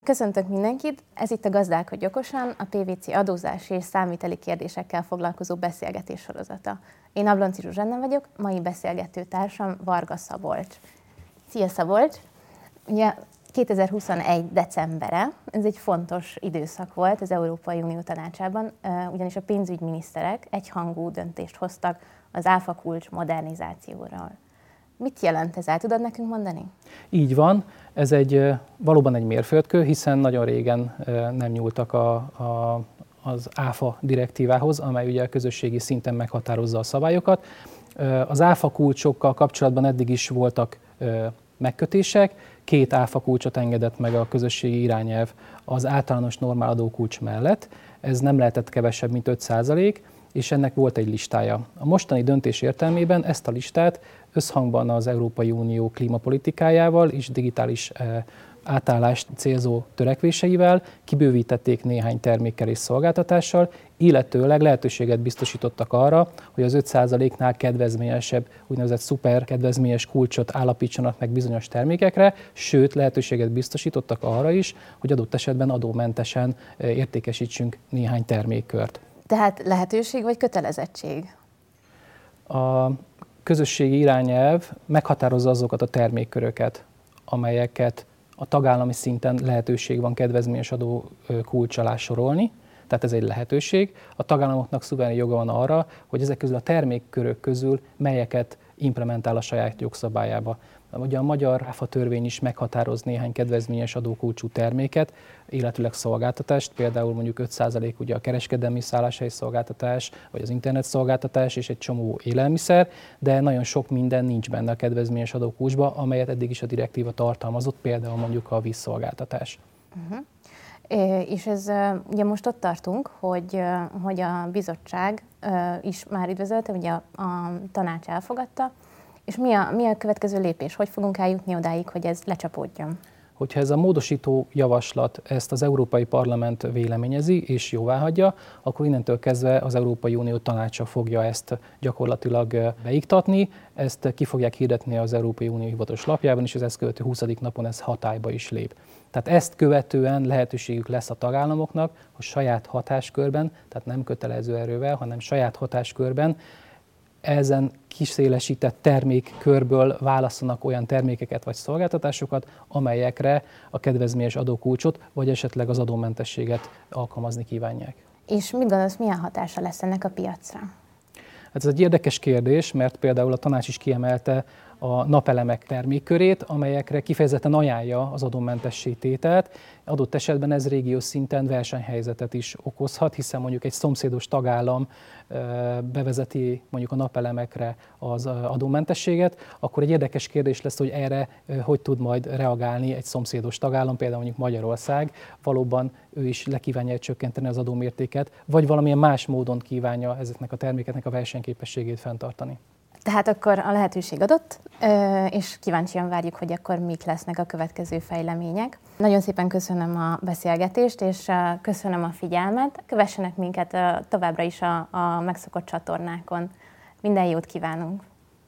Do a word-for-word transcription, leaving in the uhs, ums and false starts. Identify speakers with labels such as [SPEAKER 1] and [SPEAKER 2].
[SPEAKER 1] Köszöntök mindenkit! Ez itt a Gazdálkodj okosan, a pé vé cé adózási és számviteli kérdésekkel foglalkozó beszélgetés sorozata. Én Ablonczy Zsuzsanna vagyok, mai beszélgető társam Varga Szabolcs. Szia Szabolcs! Ugye kétezer-huszonegy decembere, ez egy fontos időszak volt az Európai Unió Tanácsában, ugyanis a pénzügyminiszterek egyhangú döntést hoztak az áfakulcs modernizációról. Mit jelent ez? El tudod nekünk mondani?
[SPEAKER 2] Így van, ez egy valóban egy mérföldkő, hiszen nagyon régen nem nyúltak a, a, az áfa direktívához, amely ugye a közösségi szinten meghatározza a szabályokat. Az áfa kulcsokkal kapcsolatban eddig is voltak megkötések, két áfa kulcsot engedett meg a közösségi irányelv az általános normál adókulcs mellett, ez nem lehetett kevesebb, mint öt százalék, és ennek volt egy listája. A mostani döntés értelmében ezt a listát összhangban az Európai Unió klímapolitikájával és digitális átállást célzó törekvéseivel kibővítették néhány termékkel és szolgáltatással, illetőleg lehetőséget biztosítottak arra, hogy az öt százaléknál kedvezményesebb, úgynevezett szuper kedvezményes kulcsot állapítsanak meg bizonyos termékekre, sőt lehetőséget biztosítottak arra is, hogy adott esetben adómentesen értékesítsünk néhány termékkört.
[SPEAKER 1] Tehát lehetőség vagy kötelezettség?
[SPEAKER 2] A közösségi irányelv meghatározza azokat a termékköröket, amelyeket a tagállami szinten lehetőség van kedvezményes adó kulcs alá sorolni, tehát ez egy lehetőség. A tagállamoknak szuverén joga van arra, hogy ezek közül a termékkörök közül melyeket implementál a saját jogszabályába. Ugye a magyar áfa törvény is meghatároz néhány kedvezményes adókulcsú terméket, illetőleg szolgáltatást, például mondjuk öt százalék ugye a kereskedelmi szálláshelyi szolgáltatás, vagy az internet szolgáltatás és egy csomó élelmiszer, de nagyon sok minden nincs benne a kedvezményes adókulcsba, amelyet eddig is a direktíva tartalmazott, például mondjuk a vízszolgáltatás.
[SPEAKER 1] Uh-huh. É, és ez ugye most ott tartunk, hogy, hogy a bizottság is már üdvözölte, ugye a, a tanács elfogadta, és mi a, mi a következő lépés? Hogy fogunk eljutni odáig, hogy ez lecsapódjon?
[SPEAKER 2] Hogyha ez a módosító javaslat ezt az Európai Parlament véleményezi és jóváhagyja, akkor innentől kezdve az Európai Unió Tanácsa fogja ezt gyakorlatilag beiktatni, ezt ki fogják hirdetni az Európai Unió hivatalos lapjában, és az ezt követő huszadik napon ez hatályba is lép. Tehát ezt követően lehetőségük lesz a tagállamoknak, hogy saját hatáskörben, tehát nem kötelező erővel, hanem saját hatáskörben ezen kiszélesített termékkörből válasszanak olyan termékeket vagy szolgáltatásokat, amelyekre a kedvezményes adókulcsot vagy esetleg az adómentességet alkalmazni kívánják.
[SPEAKER 1] És mit gondolsz, milyen hatása lesz ennek a piacra?
[SPEAKER 2] Hát ez egy érdekes kérdés, mert például a tanács is kiemelte a napelemek termékkörét, amelyekre kifejezetten ajánlja az adómentessé tételt. Adott esetben ez régiós szinten versenyhelyzetet is okozhat, hiszen mondjuk egy szomszédos tagállam bevezeti mondjuk a napelemekre az adómentességet, akkor egy érdekes kérdés lesz, hogy erre hogy tud majd reagálni egy szomszédos tagállam, például mondjuk Magyarország, valóban ő is lekívánja csökkenteni az adómértéket, vagy valamilyen más módon kívánja ezeknek a termékeknek a versenyképességét fenntartani.
[SPEAKER 1] Tehát akkor a lehetőség adott, és kíváncsian várjuk, hogy akkor mik lesznek a következő fejlemények. Nagyon szépen köszönöm a beszélgetést, és köszönöm a figyelmet. Kövessenek minket továbbra is a, a megszokott csatornákon. Minden jót kívánunk!